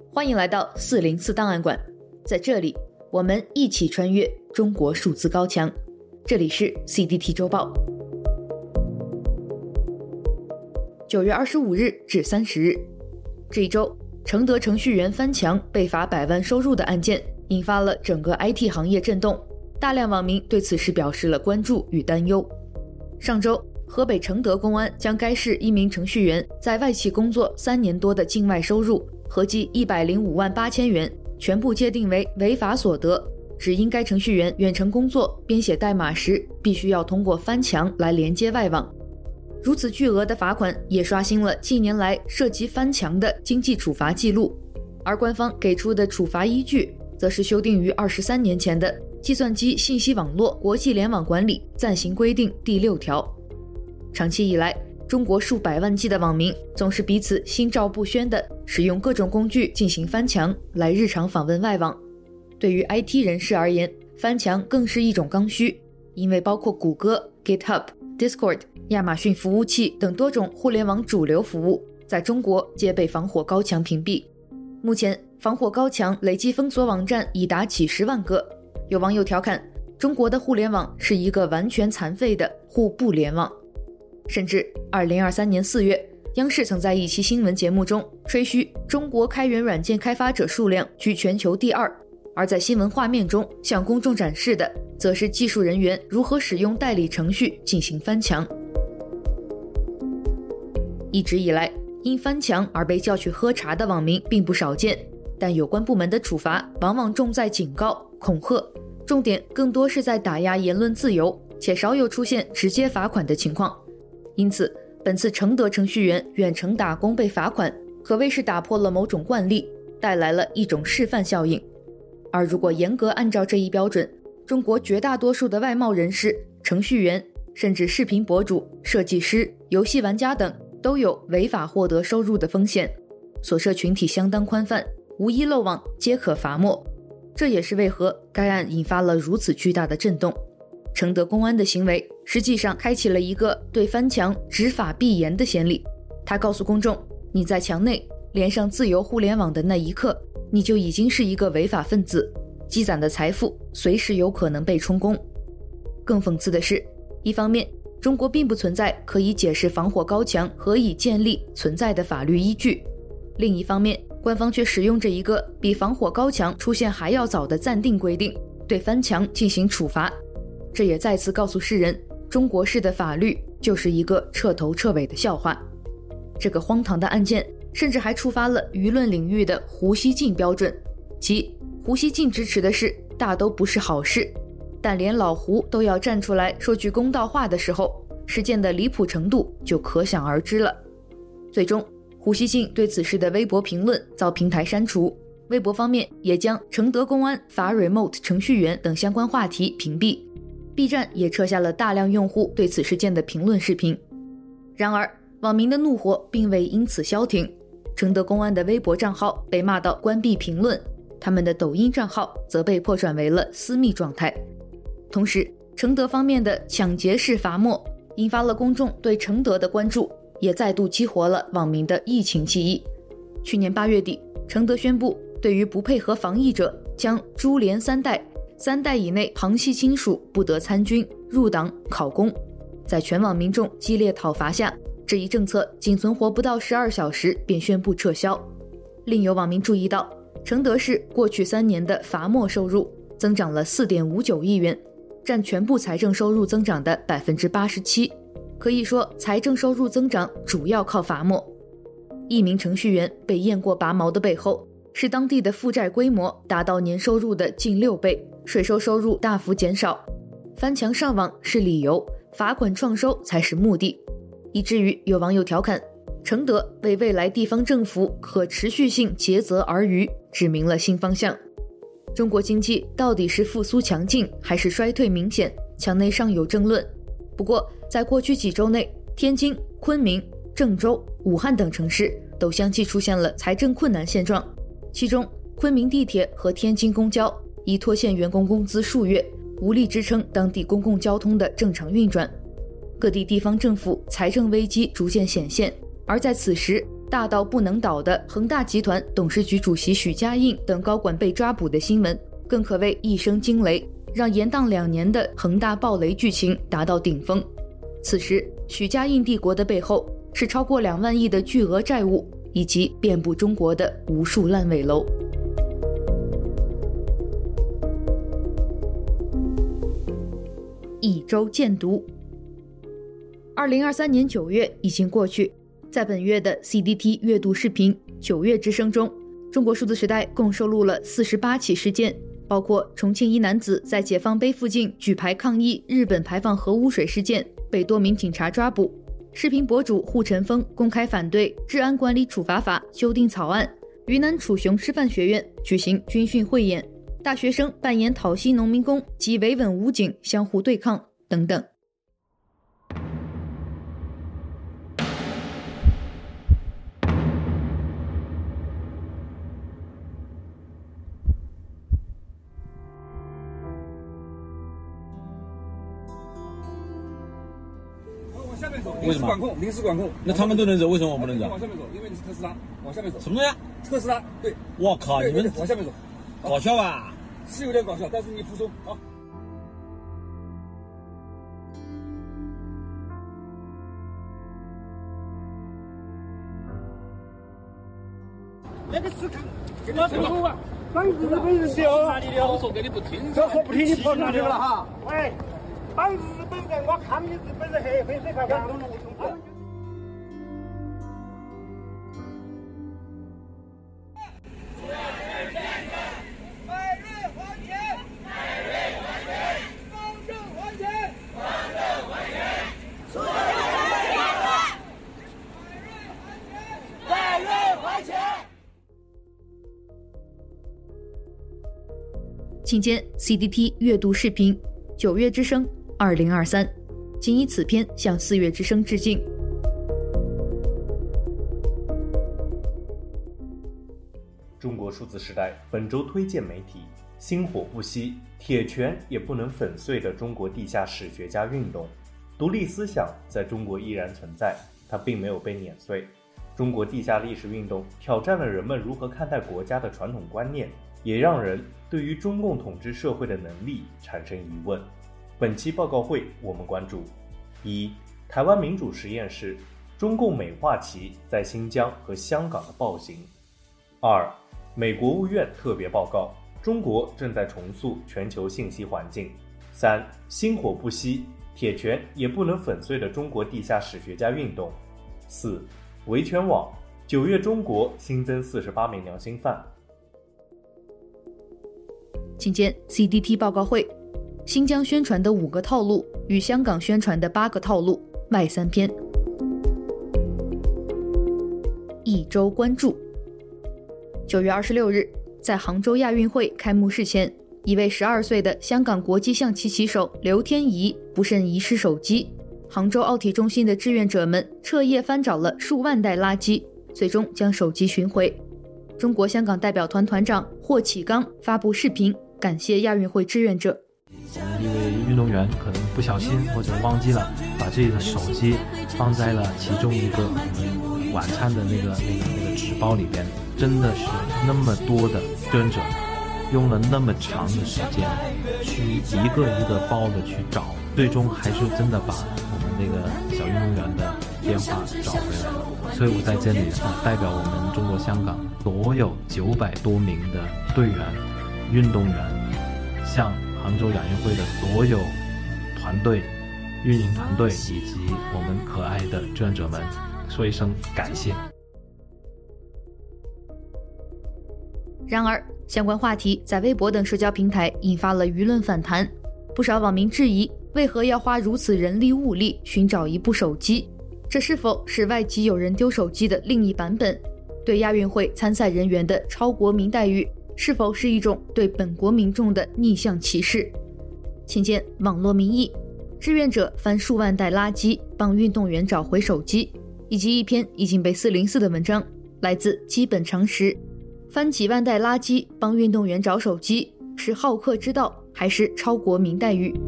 欢迎来到404档案馆，在这里我们一起穿越中国数字高墙。这里是 CDT 周报。9月25日至30日，这一周，承德程序员翻墙被罚100万收入的案件引发了整个 IT 行业震动，大量网民对此事表示了关注与担忧。上周，河北承德公安将该市一名程序员在外企工作3年多的境外收入合计105万8千元全部界定为违法所得，只因该程序员远程工作编写代码时必须要通过翻墙来连接外网。如此巨额的罚款也刷新了近年来涉及翻墙的经济处罚记录，而官方给出的处罚依据则是修订于23年前的《计算机信息网络国际联网管理暂行规定》第6条。长期以来，中国数百万计的网民总是彼此心照不宣地使用各种工具进行翻墙来日常访问外网。对于 IT 人士而言，翻墙更是一种刚需，因为包括谷歌、GitHub、Discord、亚马逊服务器等多种互联网主流服务在中国皆被防火高墙屏蔽。目前防火高墙累计封锁网站已达几10万个。有网友调侃，中国的互联网是一个完全残废的互不联网。甚至2023年4月，央视曾在一期新闻节目中吹嘘中国开源软件开发者数量居全球第2，而在新闻画面中向公众展示的则是技术人员如何使用代理程序进行翻墙。一直以来，因翻墙而被叫去喝茶的网民并不少见，但有关部门的处罚往往重在警告、恐吓，重点更多是在打压言论自由，且少有出现直接罚款的情况。因此，本次承德程序员远程打工被罚款，可谓是打破了某种惯例，带来了一种示范效应。而如果严格按照这一标准，中国绝大多数的外贸人士、程序员，甚至视频博主、设计师、游戏玩家等都有违法获得收入的风险，所涉群体相当宽泛，无一漏网，皆可罚没。这也是为何该案引发了如此巨大的震动。承德公安的行为实际上开启了一个对翻墙执法必严的先例。他告诉公众，你在墙内连上自由互联网的那一刻，你就已经是一个违法分子，积攒的财富随时有可能被充公。更讽刺的是，一方面中国并不存在可以解释防火高墙何以建立存在的法律依据，另一方面官方却使用着一个比防火高墙出现还要早的暂定规定，对翻墙进行处罚。这也再次告诉世人，中国式的法律就是一个彻头彻尾的笑话。这个荒唐的案件甚至还触发了舆论领域的胡锡进标准，即胡锡进支持的事大都不是好事，但连老胡都要站出来说句公道话的时候，事件的离谱程度就可想而知了。最终，胡锡进对此事的微博评论遭平台删除，微博方面也将承德公安罚 remote 程序员等相关话题屏蔽。B 站也撤下了大量用户对此事件的评论视频。然而，网民的怒火并未因此消停，承德公安的微博账号被骂到关闭评论，他们的抖音账号则被迫转为了私密状态。同时，承德方面的抢劫式罚没引发了公众对承德的关注，也再度激活了网民的疫情记忆。去年8月底，承德宣布对于不配合防疫者将株连3代以内旁系亲属不得参军、入党、考公。在全网民众激烈讨伐下，这一政策仅存活不到12小时便宣布撤销。另有网民注意到，承德市过去3年的罚没收入增长了 4.59 亿元，占全部财政收入增长的 87%， 可以说财政收入增长主要靠罚没。一名程序员被验过拔毛的背后，是当地的负债规模达到年收入的近6倍，税收入大幅减少。翻墙上网是理由，罚款创收才是目的，以至于有网友调侃，承德为未来地方政府可持续性竭泽而渔指明了新方向。中国经济到底是复苏强劲还是衰退明显，墙内尚有争论。不过在过去几周内，天津、昆明、郑州、武汉等城市都相继出现了财政困难现状，其中昆明地铁和天津公交已拖欠员工工资数月，无力支撑当地公共交通的正常运转。各地地方政府财政危机逐渐显现，而在此时， 大到不能倒的恒大集团董事局主席许家印等高管被抓捕的新闻，更可谓一声惊雷，让延宕2年的恒大暴雷剧情达到顶峰。此时，许家印帝国的背后是超过2万亿的巨额债务，以及遍布中国的无数烂尾楼。一周见读。2023年9月已经过去，在本月的 CDT 月度视频9月之声中，中国数字时代共收录了48起事件，包括重庆一男子在解放碑附近举牌抗议日本排放核污水事件被多名警察抓捕，视频博主护晨风公开反对治安管理处罚法修订草案，云南楚雄师范学院举行军训汇演，大学生扮演讨西农民工及维稳武警相互对抗等等。 为什么？临时管控。那他们都能走，为什么我不能走？ 往下面走，因为你是特斯拉，往下面走。 什么东西？ 特斯拉，对。 我靠，你们往下面走， 搞笑吧？ 是有点搞笑，但是你服从啊。那个是给他走啊！绑日本人的哦，哪里的？我说给你不听，这说不听你跑哪里了哈？喂。绑日本人，我抗议日本人黑水排放。 请见 CDT 月度视频9月之声2023，仅以此篇向4月之声致敬。 中国数字时代本周推荐媒体：星火不息，铁拳也不能粉碎的中国地下史学家运动。独立思想在中国依然存在，它并没有被碾碎。中国地下历史运动挑战了人们如何看待国家的传统观念，也让人对于中共统治社会的能力产生疑问。本期报告会我们关注：一、台湾民主实验室中共美化其在新疆和香港的暴行；二、美国务院特别报告，中国正在重塑全球信息环境；三、星火不息，铁拳也不能粉碎的中国地下史学家运动；四、维权网9月中国新增48名良心犯。 请见 CDT 报告会，新疆宣传的5个套路与香港宣传的8个套路，外3篇。一周关注。9月26日，在杭州亚运会开幕式前，一位12岁的香港国际象棋棋手刘天怡不慎遗失手机，杭州奥体中心的志愿者们彻夜翻找了数万袋垃圾，最终将手机寻回。中国香港代表团团长霍启刚发布视频感谢亚运会志愿者。 一位运动员可能不小心或者忘记了把自己的手机放在了其中一个我们晚餐的那个纸包里边，真的是那么多的志愿者用了那么长的时间去一个一个包的去找，最终还是真的把我们那个小运动员的电话找回来了。所以我在这里代表我们中国香港所有900多名的队员、运动员，向杭州亚运会的所有团队、运营团队以及我们可爱的志愿者们说一声感谢。 然而，相关话题在微博等社交平台引发了舆论反弹，不少网民质疑为何要花如此人力物力寻找一部手机，这是否是外籍有人丢手机的另一版本？对亚运会参赛人员的超国民待遇是否是一种对本国民众的逆向歧视？请见网络民意，志愿者翻数万袋垃圾帮运动员找回手机，以及一篇已经被404的文章，来自基本常识。翻几万袋垃圾帮运动员找手机，是好客之道还是超国民待遇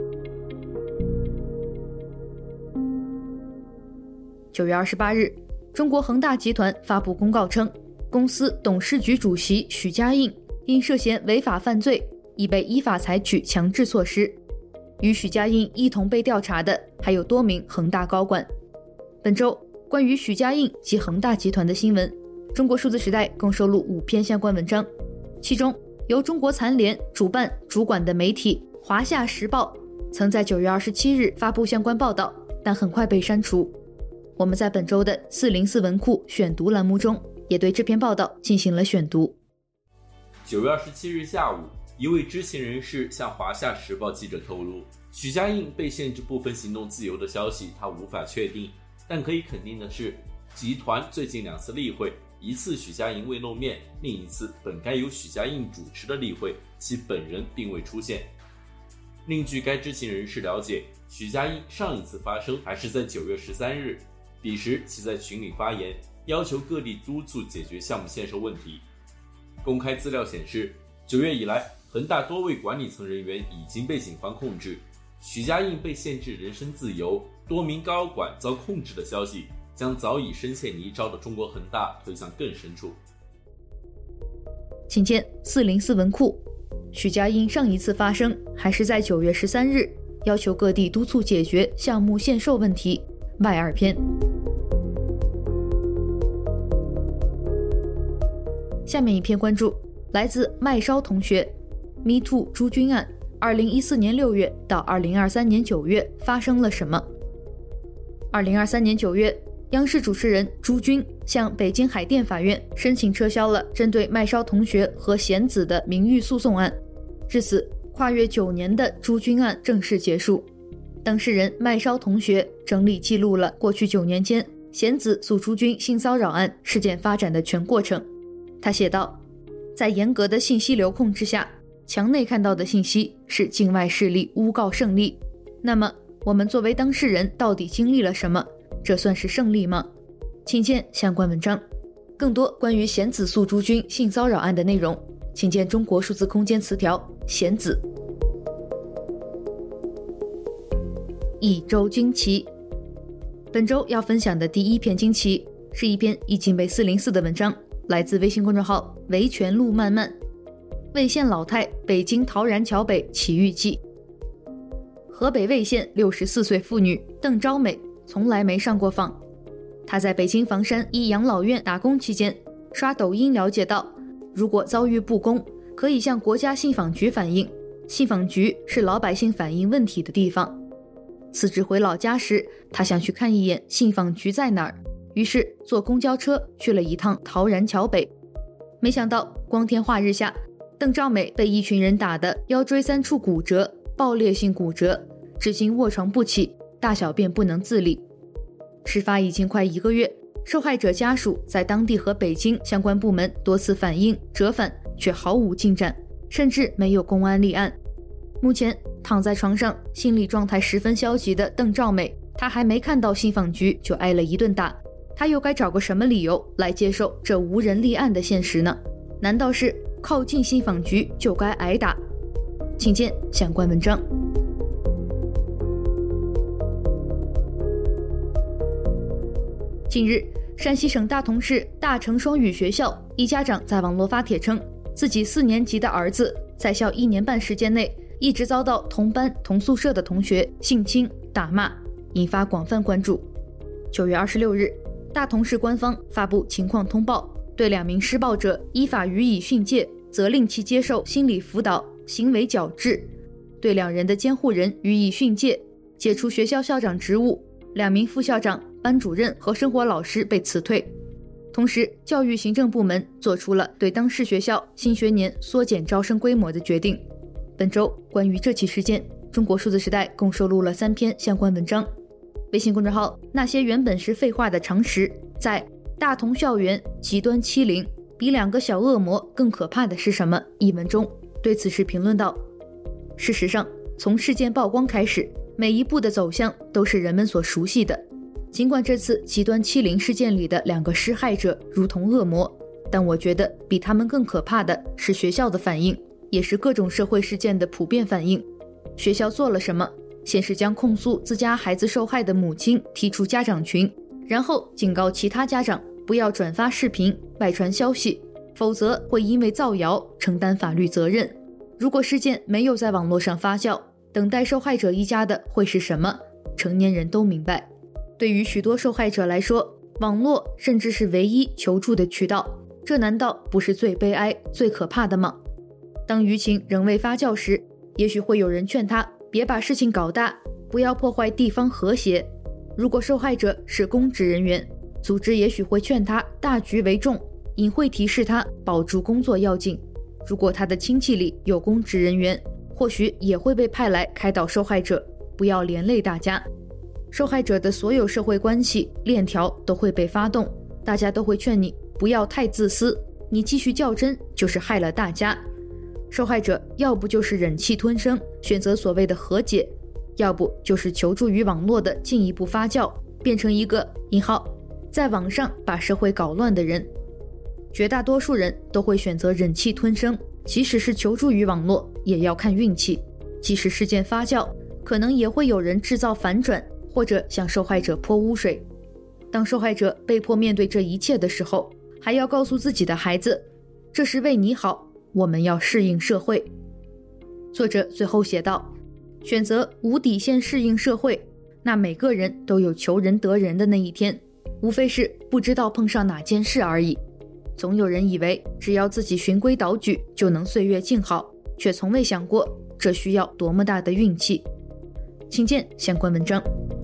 ？9月28日， 中国恒大集团发布公告称，公司董事局主席许家印因涉嫌违法犯罪，已被依法采取强制措施。与许家印一同被调查的还有多名恒大高管。本周关于许家印及恒大集团的新闻，中国数字时代共收录5篇相关文章，其中由中国残联主办主管的媒体华夏时报曾在9月27日发布相关报道，但很快被删除。我们在本周的404文库选读栏目中也对这篇报道进行了选读。 9月27日下午，一位知情人士向华夏时报记者透露，许家印被限制部分行动自由的消息他无法确定，但可以肯定的是，集团最近2次例会，一次许家印未露面，另一次本该由许家印主持的例会，其本人并未出现。另据该知情人士了解，许家印上一次发声还是在9月13日，彼时其在群里发言，要求各地督促解决项目限售问题。公开资料显示，9月以来，恒大多位管理层人员已经被警方控制，许家印被限制人身自由，多名高管遭控制的消息，将早已深陷泥沼的中国恒大推向更深处。 请见404文库，许家印上一次发声还是在9月13日，要求各地督促解决项目限售问题外2篇。下面一篇关注来自麦烧同学 Me Too 朱军案，2014年6月到2023年9月发生了什么？2023年9月，央视主持人朱军向北京海淀法院申请撤销了针对麦烧同学和贤子的名誉诉讼案。至此，跨越9年的朱军案正式结束。当事人麦烧同学整理记录了过去9年间贤子诉朱军性骚扰案事件发展的全过程。他写道，在严格的信息流控制下，墙内看到的信息是境外势力诬告胜利。那么我们作为当事人到底经历了什么？这算是胜利吗？请见相关文章。更多关于贤子诉朱军性骚扰案的内容，请见中国数字空间词条贤子。一周惊奇。本周要分享的第一篇惊奇是一篇已经被404的文章，来自微信公众号维权路漫漫，魏县老太北京陶然桥北奇遇记。河北魏县64岁妇女邓昭美从来没上过访。她在北京房山一养老院打工期间，刷抖音了解到，如果遭遇不公，可以向国家信访局反映，信访局是老百姓反映问题的地方。辞职回老家时，她想去看一眼信访局在哪儿，于是坐公交车去了一趟陶然桥北。没想到光天化日下，邓昭美被一群人打得腰椎3处骨折，爆裂性骨折，至今卧床不起，大小便不能自理。事发已经快1个月，受害者家属在当地和北京相关部门多次反映折返，却毫无进展，甚至没有公安立案。目前躺在床上，心理状态十分消极的邓昭美，她还没看到信访局就挨了一顿打，她又该找个什么理由来接受这无人立案的现实呢？难道是靠近信访局就该挨打？请见相关文章。近日，山西省大同市大成双语学校一家长在网络发帖称，自己4年级的儿子在校1年半时间内一直遭到同班同宿舍的同学性侵打骂，引发广泛关注。9月26日，大同市官方发布情况通报，对2名施暴者依法予以训诫，责令其接受心理辅导、行为矫治，对2人的监护人予以训诫，解除学校校长职务，2名副校长、班主任和生活老师被辞退。同时，教育行政部门做出了对当市学校新学年缩减招生规模的决定。本周关于这起事件，中国数字时代共收录了3篇相关文章。微信公众号那些原本是废话的常识，在大同校园极端欺凌，比2个小恶魔更可怕的是什么一文中对此事评论道，事实上，从事件曝光开始，每一步的走向都是人们所熟悉的。尽管这次极端欺凌事件里的2个施害者如同恶魔，但我觉得比他们更可怕的是学校的反应，也是各种社会事件的普遍反应。学校做了什么？先是将控诉自家孩子受害的母亲踢出家长群， 然后警告其他家长不要转发视频、外传消息，否则会因为造谣承担法律责任。如果事件没有在网络上发酵，等待受害者一家的会是什么？成年人都明白。对于许多受害者来说，网络甚至是唯一求助的渠道，这难道不是最悲哀、最可怕的吗？当舆情仍未发酵时，也许会有人劝他别把事情搞大，不要破坏地方和谐。如果受害者是公职人员，组织也许会劝他大局为重，隐晦提示他保住工作要紧。如果他的亲戚里有公职人员，或许也会被派来开导受害者，不要连累大家。受害者的所有社会关系链条都会被发动，大家都会劝你不要太自私，你继续较真就是害了大家。受害者要不就是忍气吞声，选择所谓的和解，要不就是求助于网络的进一步发酵，变成一个在网上把社会搞乱的人。绝大多数人都会选择忍气吞声，即使是求助于网络，也要看运气。即使事件发酵，可能也会有人制造反转，或者向受害者泼污水。当受害者被迫面对这一切的时候，还要告诉自己的孩子，这是为你好，我们要适应社会。作者最后写道，选择无底线适应社会，那每个人都有求人得人的那一天，无非是不知道碰上哪件事而已。总有人以为只要自己循规蹈矩就能岁月静好，却从未想过这需要多么大的运气。请见相关文章。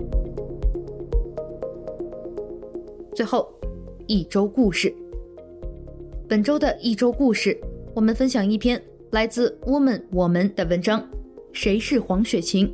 最后，一周故事。本周的一周故事，我们分享一篇来自 Woman 我们的文章，谁是黄雪晴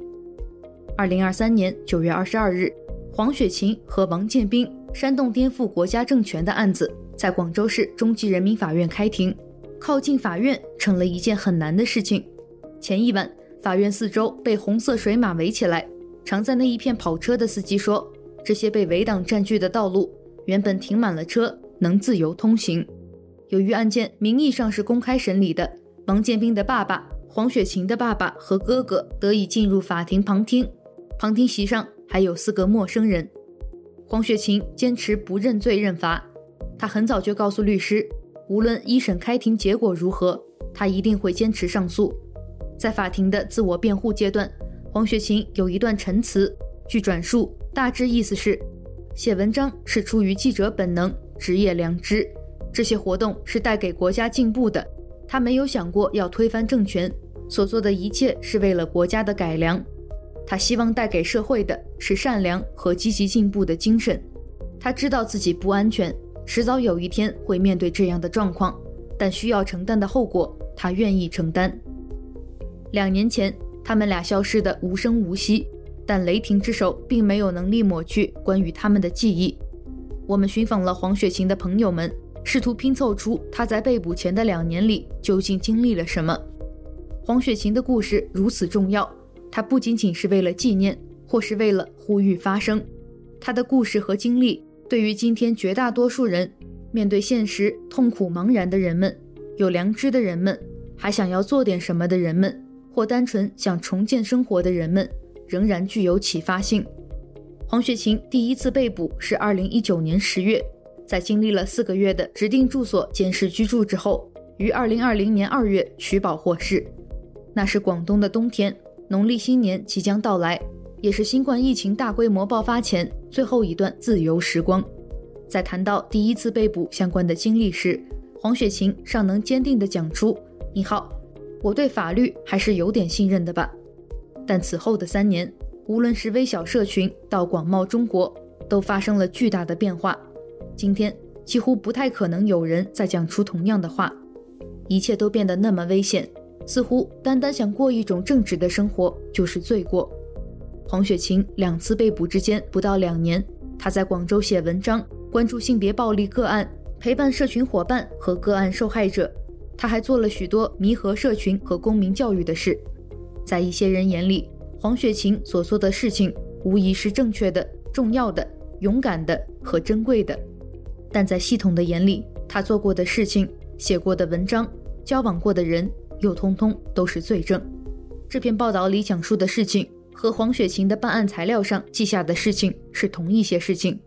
？2023年9月22日，黄雪晴和王建斌煽动颠覆国家政权的案子在广州市中级人民法院开庭。靠近法院成了一件很难的事情。前一晚，法院四周被红色水马围起来，常在那一片跑车的司机说，这些被围挡占据的道路原本停满了车，能自由通行。由于案件名义上是公开审理的，王建斌的爸爸、黄雪晴的爸爸和哥哥得以进入法庭旁听，旁听席上还有4个陌生人。黄雪晴坚持不认罪认罚，他很早就告诉律师，无论一审开庭结果如何，他一定会坚持上诉。在法庭的自我辩护阶段，黄雪晴有一段陈词，据转述大致意思是，写文章是出于记者本能、职业良知，这些活动是带给国家进步的，他没有想过要推翻政权，所做的一切是为了国家的改良。他希望带给社会的是善良和积极进步的精神。他知道自己不安全，迟早有一天会面对这样的状况，但需要承担的后果，他愿意承担。2年前，他们俩消失得无声无息，但雷霆之手并没有能力抹去关于他们的记忆。我们寻访了黄雪晴的朋友们，试图拼凑出她在被捕前的2年里究竟经历了什么。黄雪晴的故事如此重要，它不仅仅是为了纪念，或是为了呼吁发声。她的故事和经历，对于今天绝大多数人，面对现实痛苦茫然的人们，有良知的人们，还想要做点什么的人们，或单纯想重建生活的人们，仍然具有启发性。黄雪晴第一次被捕是2019年10月，在经历了4个月的指定住所监视居住之后，于2020年2月取保获释。那是广东的冬天，农历新年即将到来，也是新冠疫情大规模爆发前最后一段自由时光。在谈到第一次被捕相关的经历时，黄雪晴尚能坚定地讲出我对法律还是有点信任的吧。但此后的3年，无论是微小社群到广袤中国，都发生了巨大的变化。今天几乎不太可能有人再讲出同样的话，一切都变得那么危险，似乎单单想过一种正直的生活就是罪过。黄雪晴2次被捕之间不到2年，她在广州写文章，关注性别暴力个案，陪伴社群伙伴和个案受害者。她还做了许多弥合社群和公民教育的事。在一些人眼里，黄雪晴所做的事情无疑是正确的、重要的、勇敢的和珍贵的，但在系统的眼里，她做过的事情、写过的文章、交往过的人，又通通都是罪证。这篇报道里讲述的事情和黄雪晴的办案材料上记下的事情是同一些事情。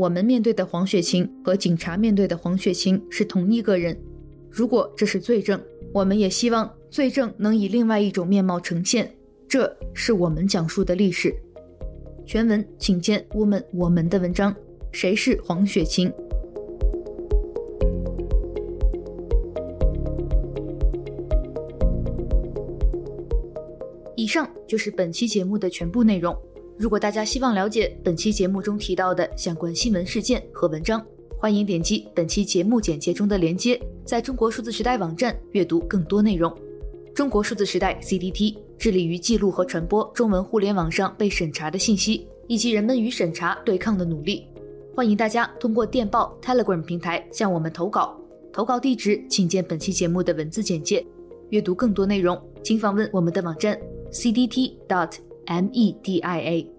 我们面对的黄雪晴和警察面对的黄雪晴是同一个人。如果这是罪证，我们也希望罪证能以另外一种面貌呈现，这是我们讲述的历史。全文请见我们的文章，谁是黄雪晴？以上就是本期节目的全部内容。如果大家希望了解本期节目中提到的相关新闻事件和文章，欢迎点击本期节目简介中的连接，在中国数字时代网站阅读更多内容。中国数字时代 CDT 致力于记录和传播中文互联网上被审查的信息，以及人们与审查对抗的努力。欢迎大家通过电报 Telegram 平台向我们投稿，投稿地址请见本期节目的文字简介。阅读更多内容，请访问我们的网站cdt.media